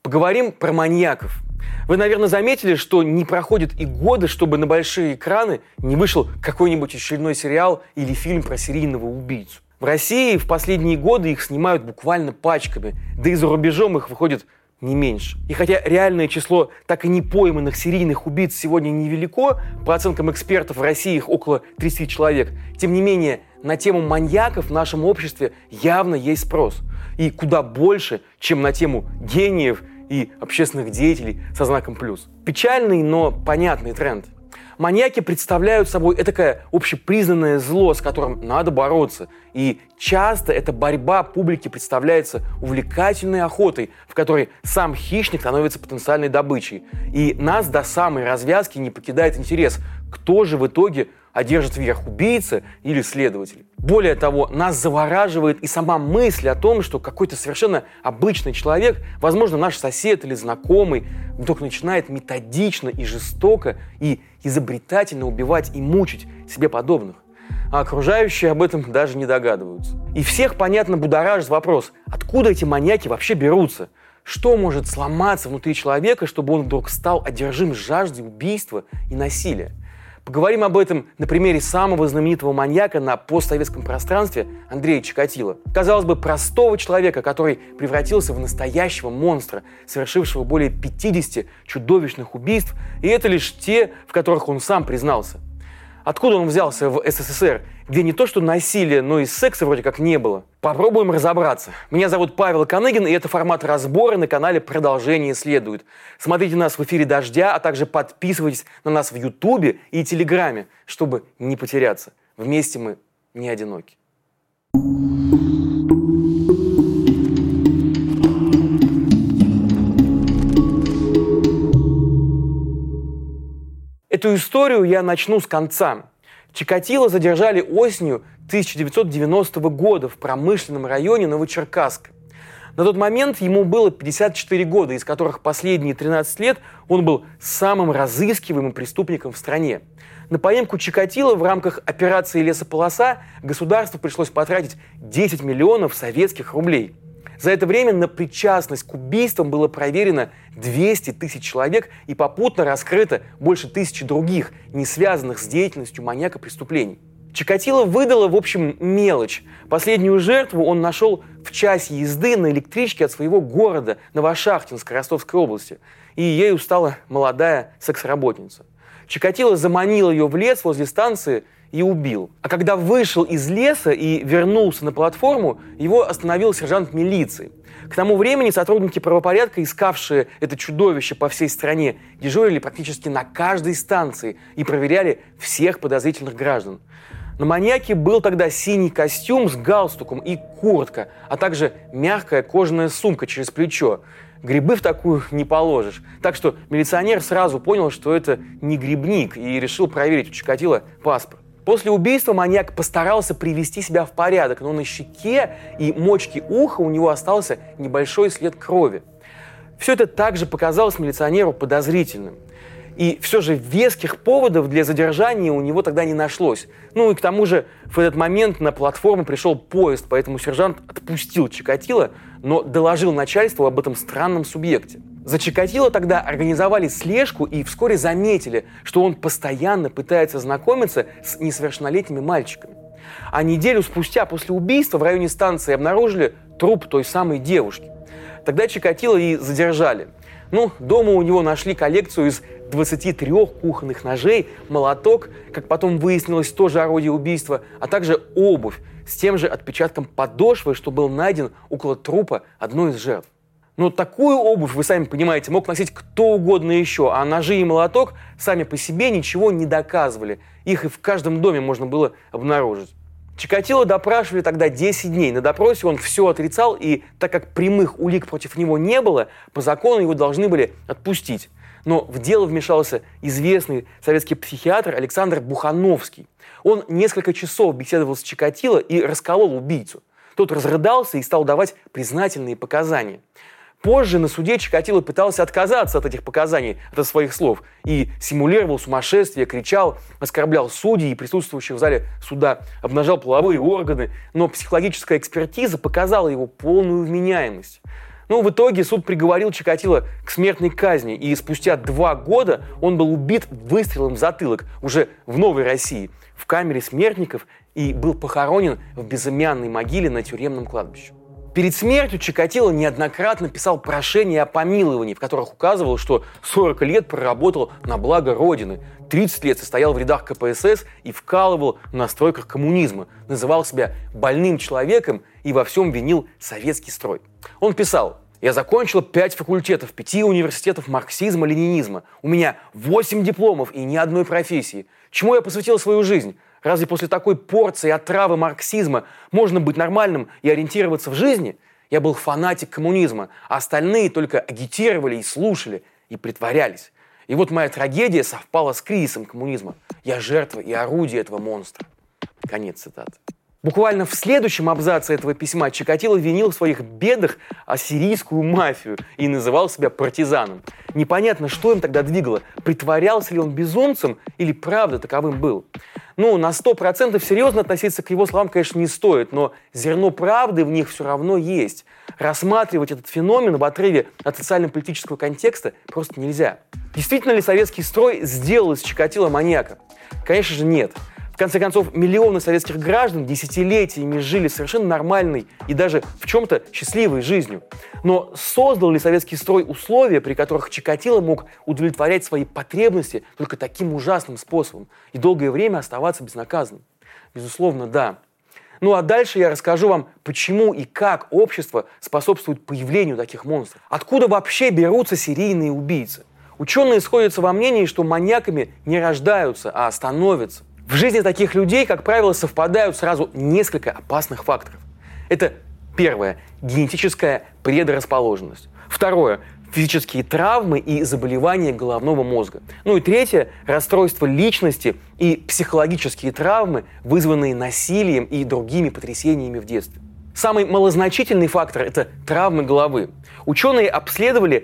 Поговорим про маньяков. Вы, наверное, заметили, что не проходит и года, чтобы на большие экраны не вышел какой-нибудь очередной сериал или фильм про серийного убийцу. В России в последние годы их снимают буквально пачками, да и за рубежом их выходит не меньше. И хотя реальное число так и не пойманных серийных убийц сегодня невелико, по оценкам экспертов в России их около 30 человек, тем не менее на тему маньяков в нашем обществе явно есть спрос. И куда больше, чем на тему гениев и общественных деятелей со знаком плюс. Печальный, но понятный тренд. Маньяки представляют собой этакое общепризнанное зло, с которым надо бороться. И часто эта борьба публике представляется увлекательной охотой, в которой сам хищник становится потенциальной добычей. И нас до самой развязки не покидает интерес, кто же в итоге одержит верх, убийца или следователь. Более того, нас завораживает и сама мысль о том, что какой-то совершенно обычный человек, возможно, наш сосед или знакомый, вдруг начинает методично и жестоко и изобретательно убивать и мучить себе подобных. А окружающие об этом даже не догадываются. И всех, понятно, будоражит вопрос, откуда эти маньяки вообще берутся? Что может сломаться внутри человека, чтобы он вдруг стал одержим жаждой убийства и насилия? Поговорим об этом на примере самого знаменитого маньяка на постсоветском пространстве Андрея Чикатило. Казалось бы, простого человека, который превратился в настоящего монстра, совершившего более 50 чудовищных убийств, и это лишь те, в которых он сам признался. Откуда он взялся в СССР, где не то что насилия, но и секса вроде как не было? Попробуем разобраться. Меня зовут Павел Коныгин, и это формат разбора на канале «Продолжение следует». Смотрите нас в эфире «Дождя», а также подписывайтесь на нас в Ютубе и Телеграме, чтобы не потеряться. Вместе мы не одиноки. Эту историю я начну с конца. Чикатило задержали осенью 1990 года в промышленном районе Новочеркасска. На тот момент ему было 54 года, из которых последние 13 лет он был самым разыскиваемым преступником в стране. На поимку Чикатило в рамках операции «Лесополоса» государству пришлось потратить 10 миллионов советских рублей. За это время на причастность к убийствам было проверено 200 тысяч человек и попутно раскрыто больше 1000 других, не связанных с деятельностью маньяка преступлений. Чикатило выдало, в общем, мелочь. Последнюю жертву он нашел в часе езды на электричке от своего города Новошахтинска Ростовской области. И ею стала молодая секс-работница. Чикатило заманил ее в лес возле станции и убил. А когда вышел из леса и вернулся на платформу, его остановил сержант милиции. К тому времени сотрудники правопорядка, искавшие это чудовище по всей стране, дежурили практически на каждой станции и проверяли всех подозрительных граждан. На маньяке был тогда синий костюм с галстуком и куртка, а также мягкая кожаная сумка через плечо. Грибы в такую не положишь. Так что милиционер сразу понял, что это не грибник, и решил проверить у Чикатило паспорт. После убийства маньяк постарался привести себя в порядок, но на щеке и мочке уха у него остался небольшой след крови. Все это также показалось милиционеру подозрительным. И все же веских поводов для задержания у него тогда не нашлось. Ну и к тому же в этот момент на платформу пришел поезд, поэтому сержант отпустил Чикатило, но доложил начальству об этом странном субъекте. За Чикатило тогда организовали слежку и вскоре заметили, что он постоянно пытается знакомиться с несовершеннолетними мальчиками. А неделю спустя после убийства в районе станции обнаружили труп той самой девушки. Тогда Чикатило и задержали. Дома у него нашли коллекцию из 23 кухонных ножей, молоток, как потом выяснилось, тоже орудие убийства, а также обувь с тем же отпечатком подошвы, что был найден около трупа одной из жертв. Но такую обувь, вы сами понимаете, мог носить кто угодно еще, а ножи и молоток сами по себе ничего не доказывали. Их и в каждом доме можно было обнаружить. Чикатило допрашивали тогда 10 дней. На допросе он все отрицал, и так как прямых улик против него не было, по закону его должны были отпустить. Но в дело вмешался известный советский психиатр Александр Бухановский. Он несколько часов беседовал с Чикатило и расколол убийцу. Тот разрыдался и стал давать признательные показания. Позже на суде Чикатило пытался отказаться от этих показаний, от своих слов, и симулировал сумасшествие, кричал, оскорблял судей и присутствующих в зале суда, обнажал половые органы, но психологическая экспертиза показала его полную вменяемость. Ну, в итоге суд приговорил Чикатило к смертной казни, и спустя 2 года он был убит выстрелом в затылок уже в Новой России, в камере смертников, и был похоронен в безымянной могиле на тюремном кладбище. Перед смертью Чикатило неоднократно писал прошения о помиловании, в которых указывал, что 40 лет проработал на благо Родины, 30 лет состоял в рядах КПСС и вкалывал на стройках коммунизма, называл себя больным человеком и во всем винил советский строй. Он писал: «Я закончил 5 факультетов, 5 университетов марксизма-ленинизма. У меня 8 дипломов и ни одной профессии. Чему я посвятил свою жизнь? Разве после такой порции отравы марксизма можно быть нормальным и ориентироваться в жизни? Я был фанатик коммунизма, а остальные только агитировали и слушали, и притворялись. И вот моя трагедия совпала с кризисом коммунизма. Я жертва и орудие этого монстра». Конец цитаты. Буквально в следующем абзаце этого письма Чикатило винил в своих бедах ассирийскую мафию и называл себя партизаном. Непонятно, что им тогда двигало. Притворялся ли он безумцем или правда таковым был? Ну, на 100% серьезно относиться к его словам, конечно, не стоит, но зерно правды в них все равно есть. Рассматривать этот феномен в отрыве от социально-политического контекста просто нельзя. Действительно ли советский строй сделал из Чикатило маньяка? Конечно же, нет. В конце концов, миллионы советских граждан десятилетиями жили совершенно нормальной и даже в чем-то счастливой жизнью. Но создал ли советский строй условия, при которых Чикатило мог удовлетворять свои потребности только таким ужасным способом и долгое время оставаться безнаказанным? Безусловно, да. Ну а дальше я расскажу вам, почему и как общество способствует появлению таких монстров. Откуда вообще берутся серийные убийцы? Ученые сходятся во мнении, что маньяками не рождаются, а становятся. В жизни таких людей, как правило, совпадают сразу несколько опасных факторов. Это первое – генетическая предрасположенность. Второе – физические травмы и заболевания головного мозга. Ну и третье – расстройство личности и психологические травмы, вызванные насилием и другими потрясениями в детстве. Самый малозначительный фактор – это травмы головы. Ученые обследовали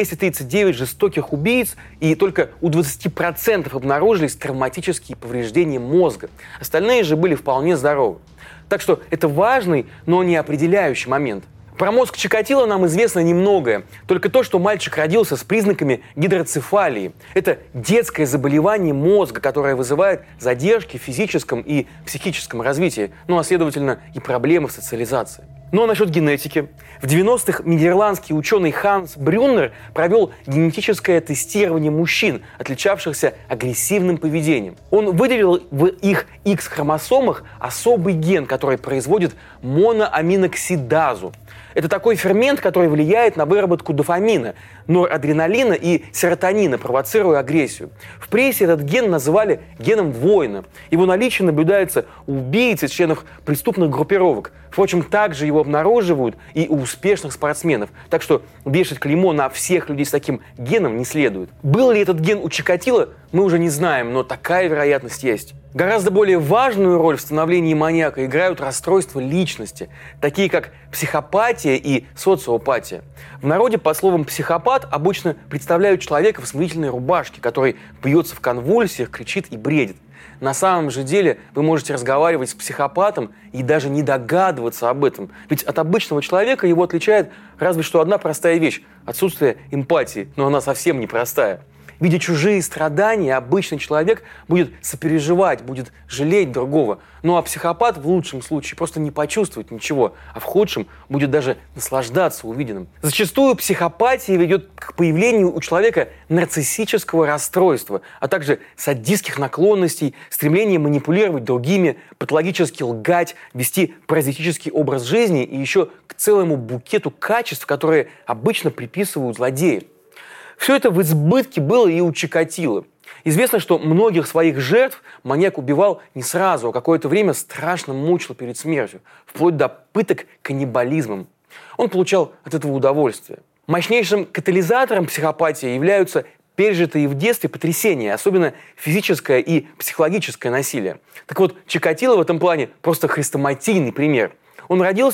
239 жестоких убийц, и только у 20% обнаружились травматические повреждения мозга. Остальные же были вполне здоровы. Так что это важный, но не определяющий момент. Про мозг Чикатило нам известно немногое. Только то, что мальчик родился с признаками гидроцефалии. Это детское заболевание мозга, которое вызывает задержки в физическом и психическом развитии, ну а следовательно и проблемы в социализации. Ну а насчет генетики. В 90-х нидерландский ученый Ханс Брюннер провел генетическое тестирование мужчин, отличавшихся агрессивным поведением. Он выделил в их X-хромосомах особый ген, который производит моноаминоксидазу. Это такой фермент, который влияет на выработку дофамина, норадреналина и серотонина, провоцируя агрессию. В прессе этот ген называли геном воина. Его наличие наблюдается у убийц и членов преступных группировок. Впрочем, также его обнаруживают и у успешных спортсменов. Так что вешать клеймо на всех людей с таким геном не следует. Был ли этот ген у Чикатило, мы уже не знаем, но такая вероятность есть. Гораздо более важную роль в становлении маньяка играют расстройства личности, такие как психопатия и социопатия. В народе под словом «психопат» обычно представляют человека в смирительной рубашке, который бьется в конвульсиях, кричит и бредит. На самом же деле вы можете разговаривать с психопатом и даже не догадываться об этом. Ведь от обычного человека его отличает разве что одна простая вещь – отсутствие эмпатии, но она совсем непростая. Видя чужие страдания, обычный человек будет сопереживать, будет жалеть другого. Ну а психопат в лучшем случае просто не почувствует ничего, а в худшем будет даже наслаждаться увиденным. Зачастую психопатия ведет к появлению у человека нарциссического расстройства, а также садистских наклонностей, стремления манипулировать другими, патологически лгать, вести паразитический образ жизни и еще к целому букету качеств, которые обычно приписывают злодеям. Все это в избытке было и у Чикатило. Известно, что многих своих жертв маньяк убивал не сразу, а какое-то время страшно мучил перед смертью, вплоть до пыток каннибализмом. Он получал от этого удовольствие. Мощнейшим катализатором психопатии являются пережитые в детстве потрясения, особенно физическое и психологическое насилие. Так вот, Чикатило в этом плане просто хрестоматийный пример. Он родился в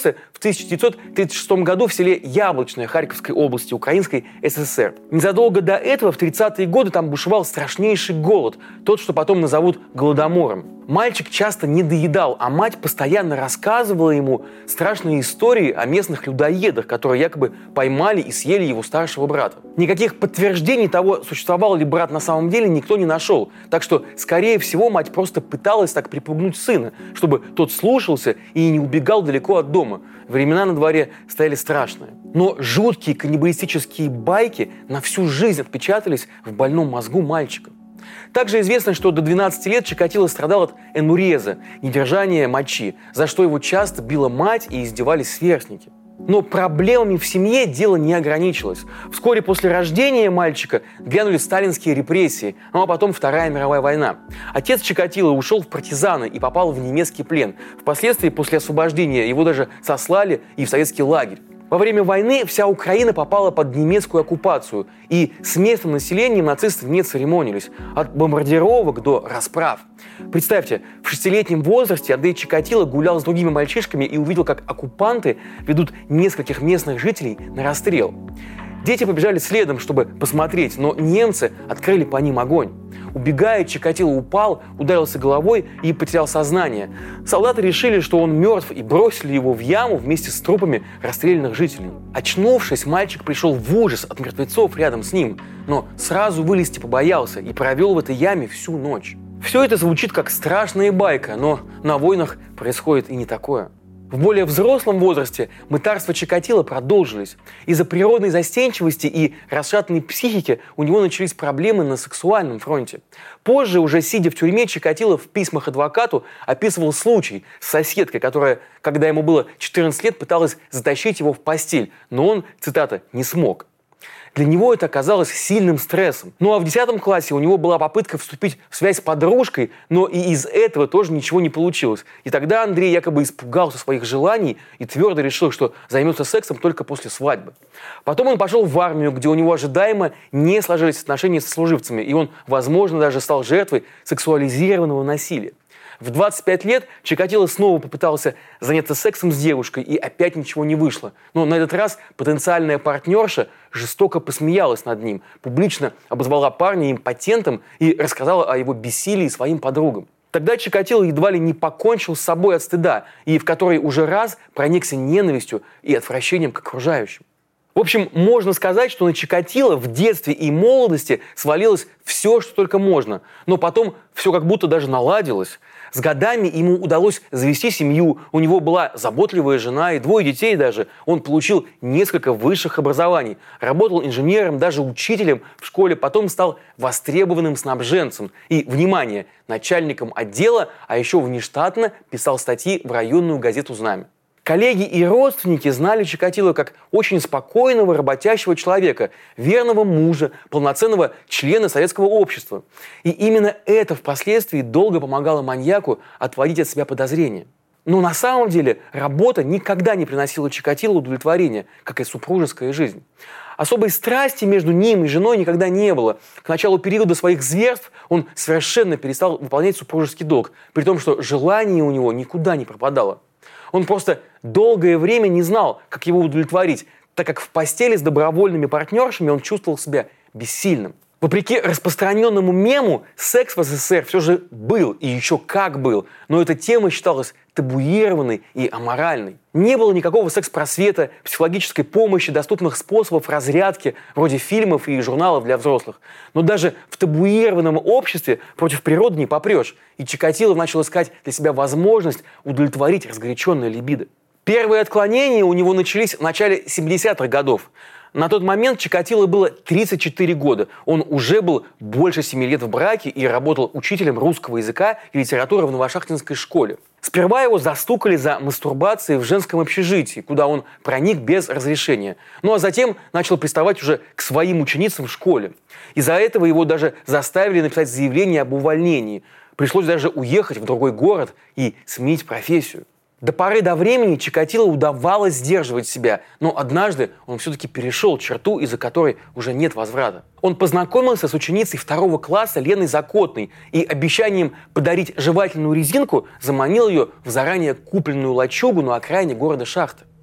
1936 году в селе Яблочное Харьковской области Украинской ССР. Незадолго до этого, в 30-е годы, там бушевал страшнейший голод, тот, что потом назовут Голодомором. Мальчик часто недоедал, а мать постоянно рассказывала ему страшные истории о местных людоедах, которые якобы поймали и съели его старшего брата. Никаких подтверждений того, существовал ли брат на самом деле, никто не нашел. Так что, скорее всего, мать просто пыталась так припугнуть сына, чтобы тот слушался и не убегал далеко от дома. Времена на дворе стояли страшные. Но жуткие каннибалистические байки на всю жизнь отпечатались в больном мозгу мальчика. Также известно, что до 12 лет Чикатило страдал от энуреза, недержания мочи, за что его часто била мать и издевались сверстники. Но проблемами в семье дело не ограничилось. Вскоре после рождения мальчика глянули сталинские репрессии, ну а потом Вторая мировая война. Отец Чикатило ушел в партизаны и попал в немецкий плен. Впоследствии, после освобождения, его даже сослали и в советский лагерь. Во время войны вся Украина попала под немецкую оккупацию, и с местным населением нацисты не церемонились, от бомбардировок до расправ. Представьте, в 6-летнем возрасте Андрей Чикатило гулял с другими мальчишками и увидел, как оккупанты ведут нескольких местных жителей на расстрел. Дети побежали следом, чтобы посмотреть, но немцы открыли по ним огонь. Убегая, Чикатило упал, ударился головой и потерял сознание. Солдаты решили, что он мертв, и бросили его в яму вместе с трупами расстрелянных жителей. Очнувшись, мальчик пришел в ужас от мертвецов рядом с ним, но сразу вылезти побоялся и провел в этой яме всю ночь. Все это звучит как страшная байка, но на войнах происходит и не такое. В более взрослом возрасте мытарства Чикатило продолжились. Из-за природной застенчивости и расшатанной психики у него начались проблемы на сексуальном фронте. Позже, уже сидя в тюрьме, Чикатило в письмах адвокату описывал случай с соседкой, которая, когда ему было 14 лет, пыталась затащить его в постель, но он, цитата, «не смог». Для него это оказалось сильным стрессом. Ну а в 10 классе у него была попытка вступить в связь с подружкой, но и из этого тоже ничего не получилось. И тогда Андрей якобы испугался своих желаний и твердо решил, что займется сексом только после свадьбы. Потом он пошел в армию, где у него ожидаемо не сложились отношения со служивцами, и он, возможно, даже стал жертвой сексуализированного насилия. В 25 лет Чикатило снова попытался заняться сексом с девушкой, и опять ничего не вышло. Но на этот раз потенциальная партнерша жестоко посмеялась над ним, публично обозвала парня импотентом и рассказала о его бессилии своим подругам. Тогда Чикатило едва ли не покончил с собой от стыда, и в который уже раз проникся ненавистью и отвращением к окружающим. В общем, можно сказать, что на Чикатило в детстве и молодости свалилось все, что только можно. Но потом все как будто даже наладилось. С годами ему удалось завести семью, у него была заботливая жена и 2 детей даже. Он получил несколько высших образований, работал инженером, даже учителем в школе, потом стал востребованным снабженцем и, внимание, начальником отдела, а еще внештатно писал статьи в районную газету «Знамя». Коллеги и родственники знали Чикатило как очень спокойного, работящего человека, верного мужа, полноценного члена советского общества. И именно это впоследствии долго помогало маньяку отводить от себя подозрения. Но на самом деле работа никогда не приносила Чикатило удовлетворения, как и супружеская жизнь. Особой страсти между ним и женой никогда не было. К началу периода своих зверств он совершенно перестал выполнять супружеский долг, при том, что желание у него никуда не пропадало. Он просто долгое время не знал, как его удовлетворить, так как в постели с добровольными партнершами он чувствовал себя бессильным. Вопреки распространенному мему, секс в СССР все же был, и еще как был, но эта тема считалась табуированной и аморальной. Не было никакого секс-просвета, психологической помощи, доступных способов разрядки, вроде фильмов и журналов для взрослых. Но даже в табуированном обществе против природы не попрешь, и Чикатило начал искать для себя возможность удовлетворить разгоряченное либидо. Первые отклонения у него начались в начале 70-х годов. На тот момент Чикатило было 34 года. Он уже был больше 7 лет в браке и работал учителем русского языка и литературы в Новошахтинской школе. Сперва его застукали за мастурбацией в женском общежитии, куда он проник без разрешения. Ну а затем начал приставать уже к своим ученицам в школе. Из-за этого его даже заставили написать заявление об увольнении. Пришлось даже уехать в другой город и сменить профессию. До поры до времени Чикатило удавалось сдерживать себя, но однажды он все-таки перешел черту, из-за которой уже нет возврата. Он познакомился с ученицей 2 класса Леной Закотной и обещанием подарить жевательную резинку заманил ее в заранее купленную лачугу на окраине города Шахты.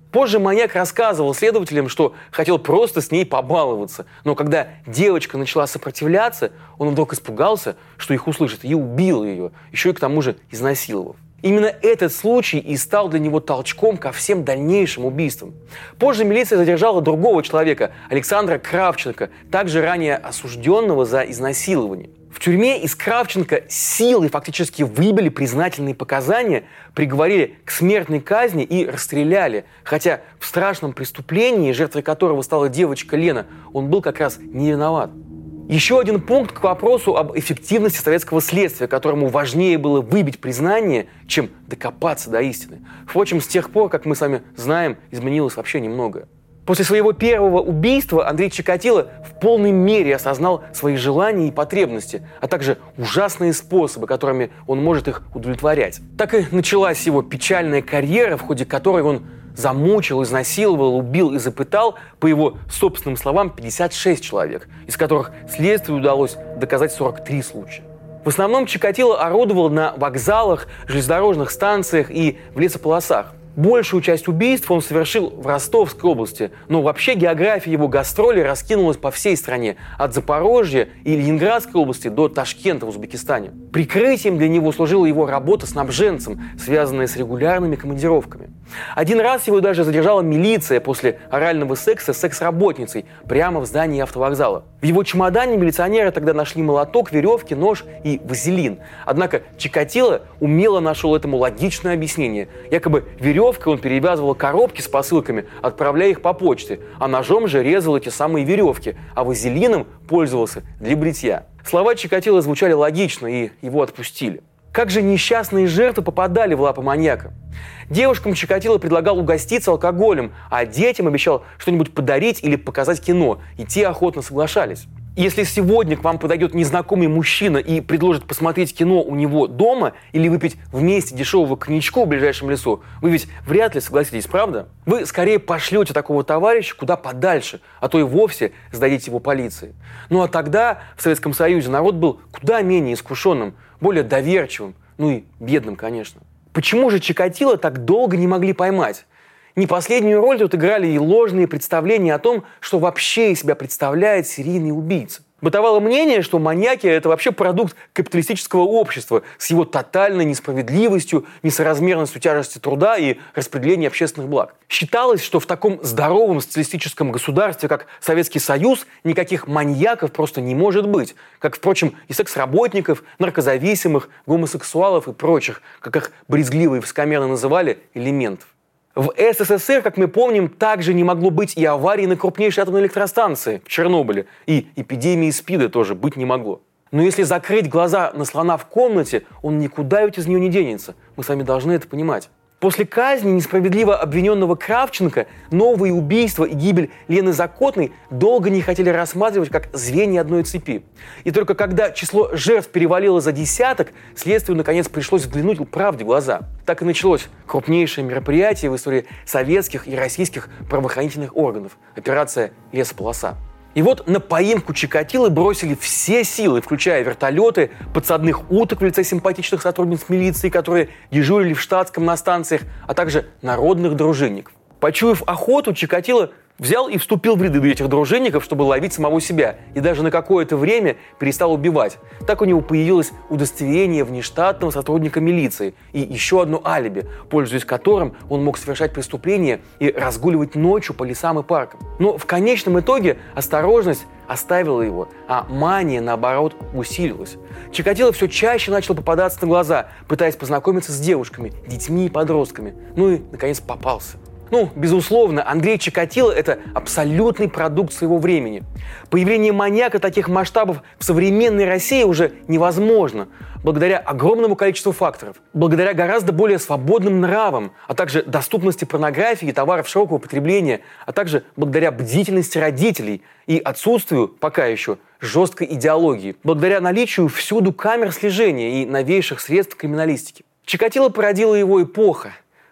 Позже маньяк рассказывал следователям, что хотел просто с ней побаловаться. Но когда девочка начала сопротивляться, он вдруг испугался, что их услышат, и убил ее, еще и к тому же изнасиловав. Именно этот случай и стал для него толчком ко всем дальнейшим убийствам. Позже милиция задержала другого человека, Александра Кравченко, также ранее осужденного за изнасилование. В тюрьме из Кравченко силой фактически выбили признательные показания, приговорили к смертной казни и расстреляли. Хотя в страшном преступлении, жертвой которого стала девочка Лена, он был как раз не виноват. Еще один пункт к вопросу об эффективности советского следствия, которому важнее было выбить признание, чем докопаться до истины. Впрочем, с тех пор, как мы с вами знаем, изменилось вообще немного. После своего первого убийства Андрей Чикатило в полной мере осознал свои желания и потребности, а также ужасные способы, которыми он может их удовлетворять. Так и началась его печальная карьера, в ходе которой он замучил, изнасиловал, убил и запытал, по его собственным словам, 56 человек, из которых следствию удалось доказать 43 случая. В основном Чикатило орудовал на вокзалах, железнодорожных станциях и в лесополосах. Большую часть убийств он совершил в Ростовской области, но вообще география его гастролей раскинулась по всей стране, от Запорожья и Ленинградской области до Ташкента в Узбекистане. Прикрытием для него служила его работа снабженцем, связанная с регулярными командировками. Один раз его даже задержала милиция после орального секса с секс-работницей прямо в здании автовокзала. В его чемодане милиционеры тогда нашли молоток, веревки, нож и вазелин. Однако Чикатило умело нашел этому логичное объяснение. Якобы веревкой он перевязывал коробки с посылками, отправляя их по почте, а ножом же резал эти самые веревки, а вазелином пользовался для бритья. Слова Чикатило звучали логично, и его отпустили. Как же несчастные жертвы попадали в лапы маньяка? Девушкам Чикатило предлагал угоститься алкоголем, а детям обещал что-нибудь подарить или показать кино, и те охотно соглашались. Если сегодня к вам подойдет незнакомый мужчина и предложит посмотреть кино у него дома или выпить вместе дешевого коньячку в ближайшем лесу, вы ведь вряд ли согласитесь, правда? Вы скорее пошлете такого товарища куда подальше, а то и вовсе сдадите его полиции. Ну а тогда в Советском Союзе народ был куда менее искушенным, более доверчивым, ну и бедным, конечно. Почему же Чикатило так долго не могли поймать? Не последнюю роль тут играли и ложные представления о том, что вообще из себя представляет серийный убийца. Бытовало мнение, что маньяки – это вообще продукт капиталистического общества с его тотальной несправедливостью, несоразмерностью тяжести труда и распределения общественных благ. Считалось, что в таком здоровом социалистическом государстве, как Советский Союз, никаких маньяков просто не может быть. Как, впрочем, и секс-работников, наркозависимых, гомосексуалов и прочих, как их брезгливо и высокомерно называли, элементов. В СССР, как мы помним, также не могло быть и аварии на крупнейшей атомной электростанции в Чернобыле, и эпидемии СПИДа тоже быть не могло. Но если закрыть глаза на слона в комнате, он никуда ведь из нее не денется. Мы с вами должны это понимать. После казни несправедливо обвиненного Кравченко новые убийства и гибель Лены Закотной долго не хотели рассматривать как звенья одной цепи. И только когда число жертв перевалило за десяток, следствию наконец пришлось взглянуть правде в глаза. Так и началось крупнейшее мероприятие в истории советских и российских правоохранительных органов – операция «Лесополоса». И вот на поимку Чикатило бросили все силы, включая вертолеты, подсадных уток в лице симпатичных сотрудниц милиции, которые дежурили в штатском на станциях, а также народных дружинников. Почуяв охоту, Чикатило взял и вступил в ряды этих дружинников, чтобы ловить самого себя, и даже на какое-то время перестал убивать. Так у него появилось удостоверение внештатного сотрудника милиции и еще одно алиби, пользуясь которым он мог совершать преступления и разгуливать ночью по лесам и паркам. Но в конечном итоге осторожность оставила его, а мания, наоборот, усилилась. Чикатило все чаще начал попадаться на глаза, пытаясь познакомиться с девушками, детьми и подростками. Ну и, наконец, попался. Безусловно, Андрей Чикатило – это абсолютный продукт своего времени. Появление маньяка таких масштабов в современной России уже невозможно, благодаря огромному количеству факторов, благодаря гораздо более свободным нравам, а также доступности порнографии и товаров широкого потребления, а также благодаря бдительности родителей и отсутствию, пока еще, жесткой идеологии, благодаря наличию всюду камер слежения и новейших средств криминалистики. Чикатило породила его эпоха.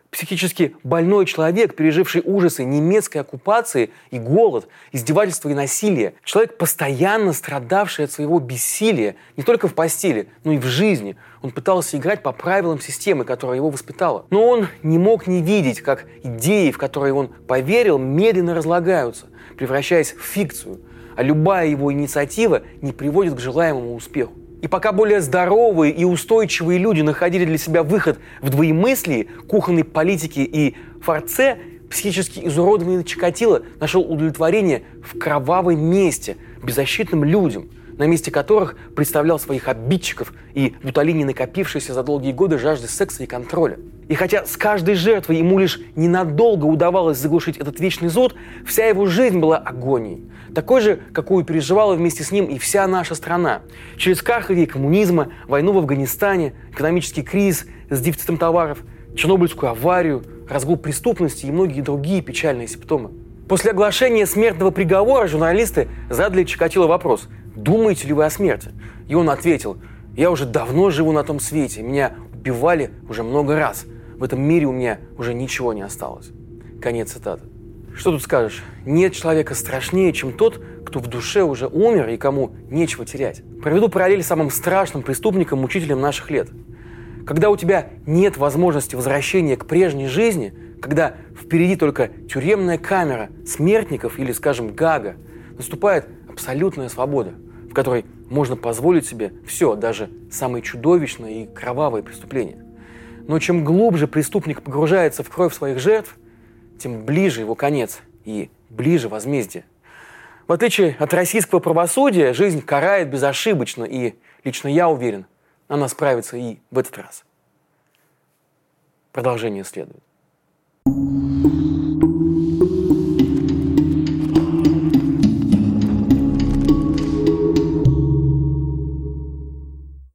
Психически больной человек, переживший ужасы немецкой оккупации и голод, издевательства и насилие. Человек, постоянно страдавший от своего бессилия, не только в постели, но и в жизни. Он пытался играть по правилам системы, которая его воспитала. Но он не мог не видеть, как идеи, в которые он поверил, медленно разлагаются, превращаясь в фикцию. А любая его инициатива не приводит к желаемому успеху. И пока более здоровые и устойчивые люди находили для себя выход в двоемыслии, кухонной политике и форце, психически изуродованный Чикатило нашел удовлетворение в кровавой мести беззащитным людям, на месте которых представлял своих обидчиков и в утолении накопившейся за долгие годы жажды секса и контроля. И хотя с каждой жертвой ему лишь ненадолго удавалось заглушить этот вечный зуд, вся его жизнь была агонией. Такой же, какую переживала вместе с ним и вся наша страна. Через крах коммунизма, войну в Афганистане, экономический кризис с дефицитом товаров, Чернобыльскую аварию, разгул преступности и многие другие печальные симптомы. После оглашения смертного приговора журналисты задали Чикатило вопрос: «Думаете ли вы о смерти?» И он ответил: «Я уже давно живу на том свете, меня убивали уже много раз. В этом мире у меня уже ничего не осталось». Конец цитаты. Что тут скажешь? Нет человека страшнее, чем тот, кто в душе уже умер и кому нечего терять. Проведу параллель с самым страшным преступником, мучителем наших лет. Когда у тебя нет возможности возвращения к прежней жизни, когда впереди только тюремная камера смертников или, скажем, ГАГа, наступает абсолютная свобода, в которой можно позволить себе все, даже самые чудовищные и кровавые преступления. Но чем глубже преступник погружается в кровь своих жертв, тем ближе его конец и ближе возмездие. В отличие от российского правосудия, жизнь карает безошибочно, и лично я уверен, она справится и в этот раз. Продолжение следует.